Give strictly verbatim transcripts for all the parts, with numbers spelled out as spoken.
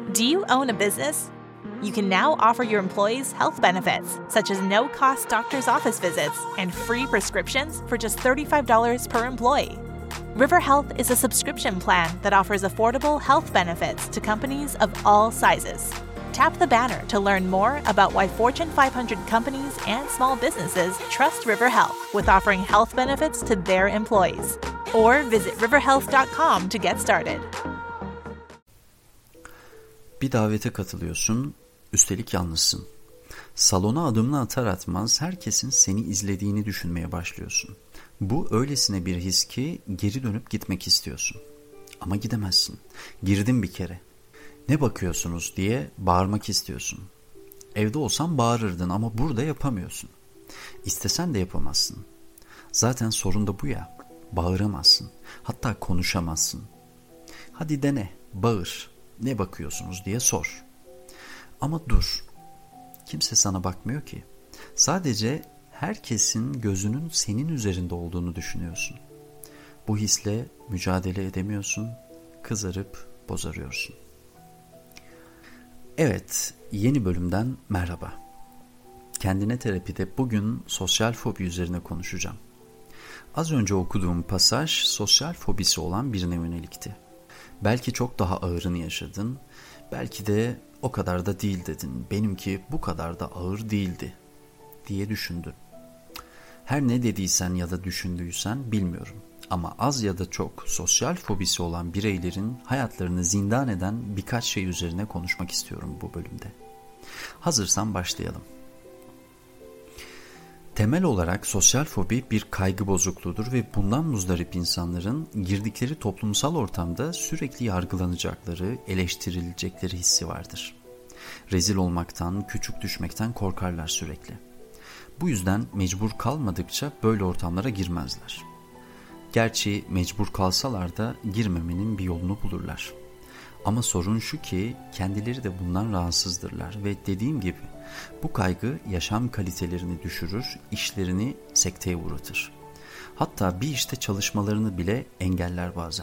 Do you own a business? You can now offer your employees health benefits, such as no-cost doctor's office visits and free prescriptions for just thirty-five dollars per employee. River Health is a subscription plan that offers affordable health benefits to companies of all sizes. Tap the banner to learn more about why Fortune five hundred companies and small businesses trust River Health with offering health benefits to their employees. Or visit river health dot com to get started. Bir davete katılıyorsun, üstelik yalnızsın. Salona adımını atar atmaz herkesin seni izlediğini düşünmeye başlıyorsun. Bu öylesine bir his ki geri dönüp gitmek istiyorsun. Ama gidemezsin. Girdin bir kere. Ne bakıyorsunuz diye bağırmak istiyorsun. Evde olsan bağırırdın ama burada yapamıyorsun. İstesen de yapamazsın. Zaten sorun da bu ya. Bağıramazsın. Hatta konuşamazsın. Hadi dene, bağır. Ne bakıyorsunuz diye sor. Ama dur. Kimse sana bakmıyor ki. Sadece herkesin gözünün senin üzerinde olduğunu düşünüyorsun. Bu hisle mücadele edemiyorsun, kızarıp bozarıyorsun. Evet, yeni bölümden merhaba. Kendine terapide bugün sosyal fobi üzerine konuşacağım. Az önce okuduğum pasaj sosyal fobisi olan birine yönelikti. Belki çok daha ağırını yaşadın, belki de o kadar da değil dedin. Benimki bu kadar da ağır değildi diye düşündün. Her ne dediysen ya da düşündüysen bilmiyorum. Ama az ya da çok sosyal fobisi olan bireylerin hayatlarını zindan eden birkaç şey üzerine konuşmak istiyorum bu bölümde. Hazırsan başlayalım. Temel olarak sosyal fobi bir kaygı bozukluğudur ve bundan muzdarip insanların girdikleri toplumsal ortamda sürekli yargılanacakları, eleştirilecekleri hissi vardır. Rezil olmaktan, küçük düşmekten korkarlar sürekli. Bu yüzden mecbur kalmadıkça böyle ortamlara girmezler. Gerçi mecbur kalsalar da girmemenin bir yolunu bulurlar. Ama sorun şu ki kendileri de bundan rahatsızdırlar ve dediğim gibi bu kaygı yaşam kalitelerini düşürür, işlerini sekteye uğratır. Hatta bir işte çalışmalarını bile engeller bazen.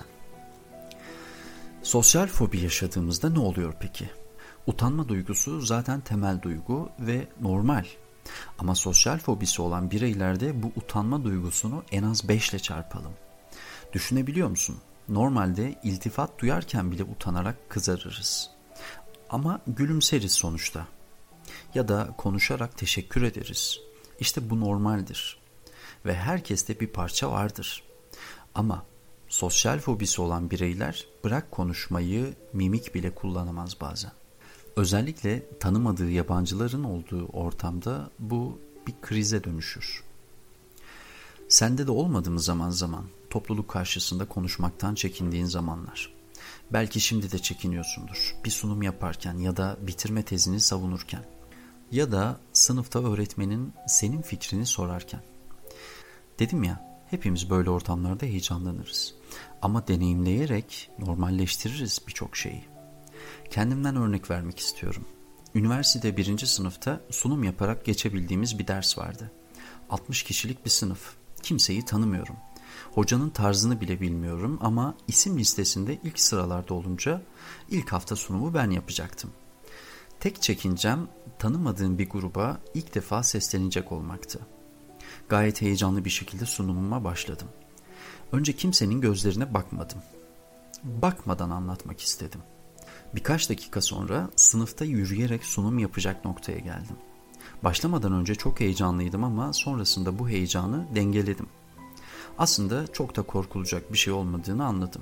Sosyal fobi yaşadığımızda ne oluyor peki? Utanma duygusu zaten temel duygu ve normal. Ama sosyal fobisi olan bireylerde bu utanma duygusunu en az beşle çarpalım. Düşünebiliyor musun? Normalde iltifat duyarken bile utanarak kızarırız. Ama gülümseriz sonuçta. Ya da konuşarak teşekkür ederiz. İşte bu normaldir. Ve herkeste bir parça vardır. Ama sosyal fobisi olan bireyler bırak konuşmayı, mimik bile kullanamaz bazen. Özellikle tanımadığı yabancıların olduğu ortamda bu bir krize dönüşür. Sende de olmadı mı zaman zaman topluluk karşısında konuşmaktan çekindiğin zamanlar? Belki şimdi de çekiniyorsundur. Bir sunum yaparken ya da bitirme tezini savunurken ya da sınıfta öğretmenin senin fikrini sorarken. Dedim ya, hepimiz böyle ortamlarda heyecanlanırız. Ama deneyimleyerek normalleştiririz birçok şeyi. Kendimden örnek vermek istiyorum. Üniversitede birinci sınıfta sunum yaparak geçebildiğimiz bir ders vardı. altmış kişilik bir sınıf. Kimseyi tanımıyorum. Hocanın tarzını bile bilmiyorum ama isim listesinde ilk sıralarda olunca ilk hafta sunumu ben yapacaktım. Tek çekincem tanımadığım bir gruba ilk defa seslenecek olmaktı. Gayet heyecanlı bir şekilde sunumuma başladım. Önce kimsenin gözlerine bakmadım. Bakmadan anlatmak istedim. Birkaç dakika sonra sınıfta yürüyerek sunum yapacak noktaya geldim. Başlamadan önce çok heyecanlıydım ama sonrasında bu heyecanı dengeledim. Aslında çok da korkulacak bir şey olmadığını anladım.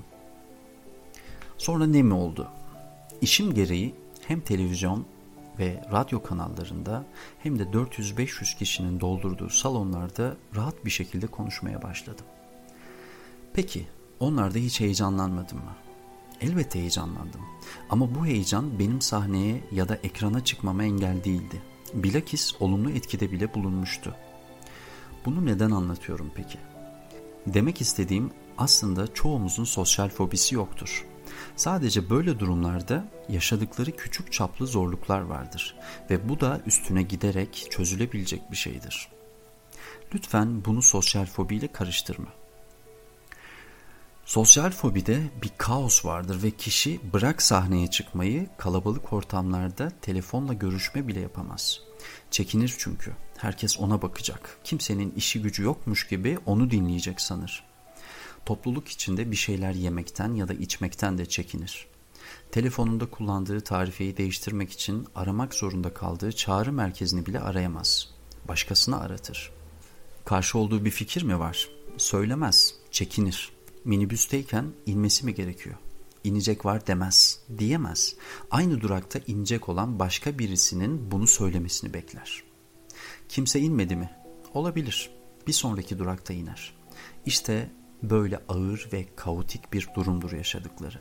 Sonra ne mi oldu? İşim gereği hem televizyon ve radyo kanallarında hem de dört yüz beş yüz kişinin doldurduğu salonlarda rahat bir şekilde konuşmaya başladım. Peki, onlarda hiç heyecanlanmadım mı? Elbette heyecanlandım. Ama bu heyecan benim sahneye ya da ekrana çıkmama engel değildi. Bilakis olumlu etkide bile bulunmuştu. Bunu neden anlatıyorum peki? Demek istediğim aslında çoğumuzun sosyal fobisi yoktur. Sadece böyle durumlarda yaşadıkları küçük çaplı zorluklar vardır ve bu da üstüne giderek çözülebilecek bir şeydir. Lütfen bunu sosyal fobiyle karıştırma. Sosyal fobide bir kaos vardır ve kişi bırak sahneye çıkmayı, kalabalık ortamlarda telefonla görüşme bile yapamaz. Çekinir çünkü. Herkes ona bakacak. Kimsenin işi gücü yokmuş gibi onu dinleyecek sanır. Topluluk içinde bir şeyler yemekten ya da içmekten de çekinir. Telefonunda kullandığı tarifeyi değiştirmek için aramak zorunda kaldığı çağrı merkezini bile arayamaz. Başkasını aratır. Karşı olduğu bir fikir mi var? Söylemez, çekinir. Minibüsteyken inmesi mi gerekiyor? İnecek var demez, diyemez. Aynı durakta inecek olan başka birisinin bunu söylemesini bekler. Kimse inmedi mi? Olabilir. Bir sonraki durakta iner. İşte böyle ağır ve kaotik bir durumdur yaşadıkları.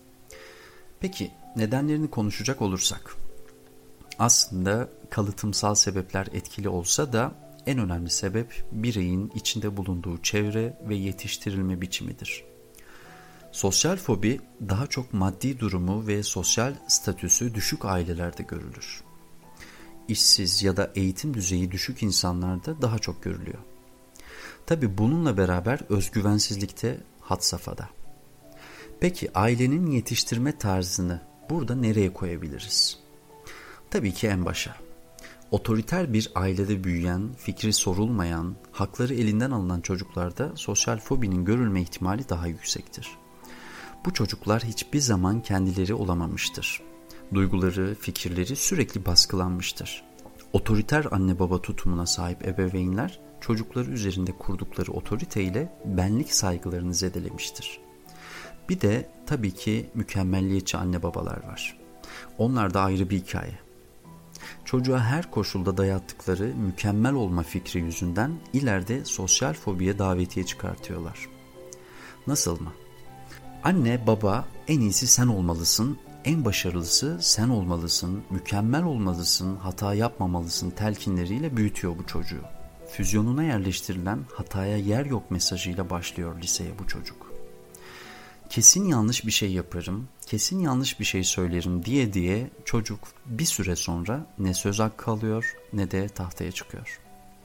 Peki nedenlerini konuşacak olursak, aslında kalıtımsal sebepler etkili olsa da en önemli sebep bireyin içinde bulunduğu çevre ve yetiştirilme biçimidir. Sosyal fobi daha çok maddi durumu ve sosyal statüsü düşük ailelerde görülür. İşsiz ya da eğitim düzeyi düşük insanlarda daha çok görülüyor. Tabii bununla beraber özgüvensizlikte had safhada. Peki ailenin yetiştirme tarzını burada nereye koyabiliriz? Tabii ki en başa. Otoriter bir ailede büyüyen, fikri sorulmayan, hakları elinden alınan çocuklarda sosyal fobinin görülme ihtimali daha yüksektir. Bu çocuklar hiçbir zaman kendileri olamamıştır. Duyguları, fikirleri sürekli baskılanmıştır. Otoriter anne baba tutumuna sahip ebeveynler çocukları üzerinde kurdukları otoriteyle benlik saygılarını zedelemiştir. Bir de tabii ki mükemmelliyetçi anne babalar var. Onlar da ayrı bir hikaye. Çocuğa her koşulda dayattıkları mükemmel olma fikri yüzünden ileride sosyal fobiye davetiye çıkartıyorlar. Nasıl mı? Anne, baba en iyisi sen olmalısın, en başarılısı sen olmalısın, mükemmel olmalısın, hata yapmamalısın telkinleriyle büyütüyor bu çocuğu. Füzyonuna yerleştirilen hataya yer yok mesajıyla başlıyor liseye bu çocuk. Kesin yanlış bir şey yaparım, kesin yanlış bir şey söylerim diye diye çocuk bir süre sonra ne söz hakkı alıyor ne de tahtaya çıkıyor.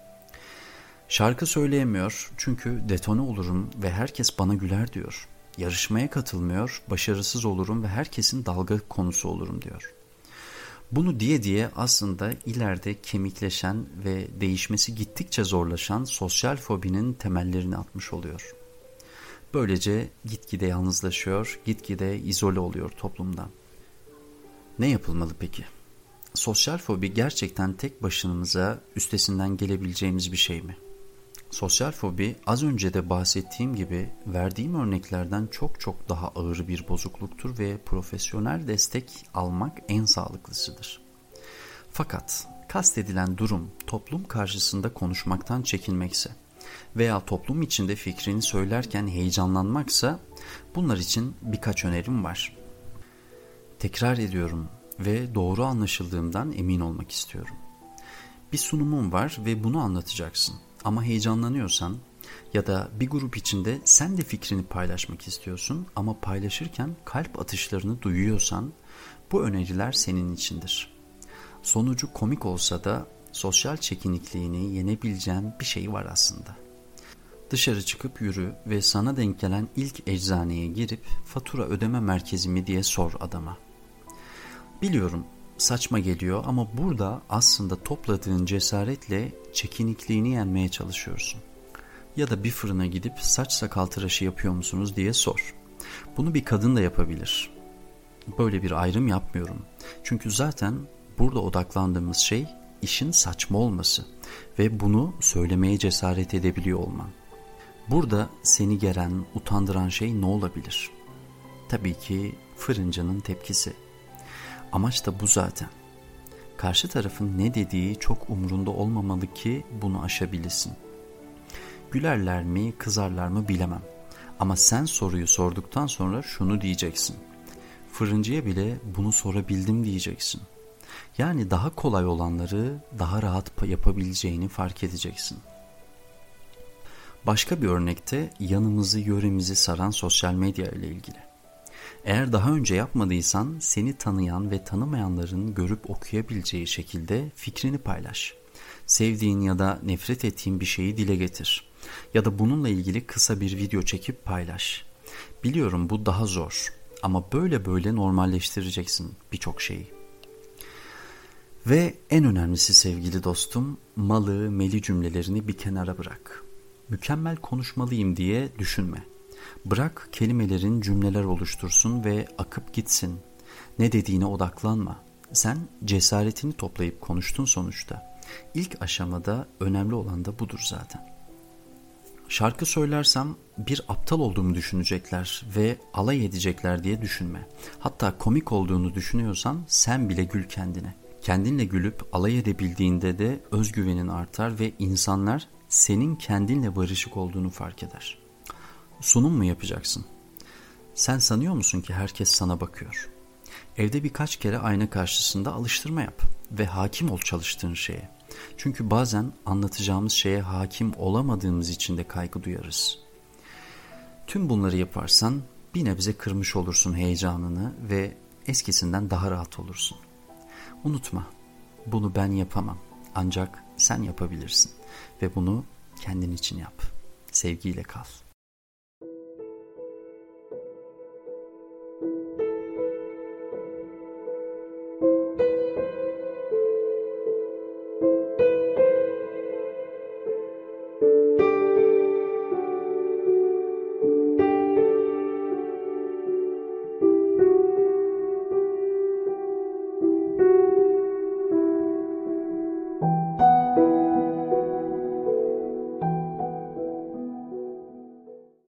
Şarkı söyleyemiyor çünkü detone olurum ve herkes bana güler diyor. Yarışmaya katılmıyor, başarısız olurum ve herkesin dalga konusu olurum diyor. Bunu diye diye aslında ileride kemikleşen ve değişmesi gittikçe zorlaşan sosyal fobinin temellerini atmış oluyor. Böylece gitgide yalnızlaşıyor, gitgide izole oluyor toplumdan. Ne yapılmalı peki? Sosyal fobi gerçekten tek başımıza üstesinden gelebileceğimiz bir şey mi? Sosyal fobi az önce de bahsettiğim gibi verdiğim örneklerden çok çok daha ağır bir bozukluktur ve profesyonel destek almak en sağlıklısıdır. Fakat kastedilen durum toplum karşısında konuşmaktan çekinmekse veya toplum içinde fikrini söylerken heyecanlanmaksa bunlar için birkaç önerim var. Tekrar ediyorum ve doğru anlaşıldığımdan emin olmak istiyorum. Bir sunumum var ve bunu anlatacaksın. Ama heyecanlanıyorsan ya da bir grup içinde sen de fikrini paylaşmak istiyorsun ama paylaşırken kalp atışlarını duyuyorsan bu öneriler senin içindir. Sonucu komik olsa da sosyal çekinikliğini yenebileceğin bir şey var aslında. Dışarı çıkıp yürü ve sana denk gelen ilk eczaneye girip fatura ödeme merkezi mi diye sor adama. Biliyorum saçma geliyor ama burada aslında topladığın cesaretle çekinikliğini yenmeye çalışıyorsun. Ya da bir fırına gidip saç sakal tıraşı yapıyor musunuz diye sor. Bunu bir kadın da yapabilir. Böyle bir ayrım yapmıyorum. Çünkü zaten burada odaklandığımız şey işin saçma olması ve bunu söylemeye cesaret edebiliyor olman. Burada seni geren, utandıran şey ne olabilir? Tabii ki fırıncının tepkisi. Amaç da bu zaten. Karşı tarafın ne dediği çok umurunda olmamalı ki bunu aşabilesin. Gülerler mi, kızarlar mı bilemem. Ama sen soruyu sorduktan sonra şunu diyeceksin. Fırıncıya bile bunu sorabildim diyeceksin. Yani daha kolay olanları daha rahat yapabileceğini fark edeceksin. Başka bir örnekte yanımızı, yöremizi saran sosyal medya ile ilgili. Eğer daha önce yapmadıysan seni tanıyan ve tanımayanların görüp okuyabileceği şekilde fikrini paylaş. Sevdiğin ya da nefret ettiğin bir şeyi dile getir. Ya da bununla ilgili kısa bir video çekip paylaş. Biliyorum bu daha zor ama böyle böyle normalleştireceksin birçok şeyi. Ve en önemlisi sevgili dostum, malı, meli cümlelerini bir kenara bırak. Mükemmel konuşmalıyım diye düşünme. Bırak kelimelerin cümleler oluştursun ve akıp gitsin. Ne dediğine odaklanma. Sen cesaretini toplayıp konuştun sonuçta. İlk aşamada önemli olan da budur zaten. Şarkı söylersem bir aptal olduğumu düşünecekler ve alay edecekler diye düşünme. Hatta komik olduğunu düşünüyorsan sen bile gül kendine. Kendinle gülüp alay edebildiğinde de özgüvenin artar ve insanlar senin kendinle barışık olduğunu fark eder. Sunum mu yapacaksın? Sen sanıyor musun ki herkes sana bakıyor? Evde birkaç kere ayna karşısında alıştırma yap ve hakim ol çalıştığın şeye. Çünkü bazen anlatacağımız şeye hakim olamadığımız için de kaygı duyarız. Tüm bunları yaparsan bir nebze kırmış olursun heyecanını ve eskisinden daha rahat olursun. Unutma, bunu ben yapamam ancak sen yapabilirsin ve bunu kendin için yap. Sevgiyle kal.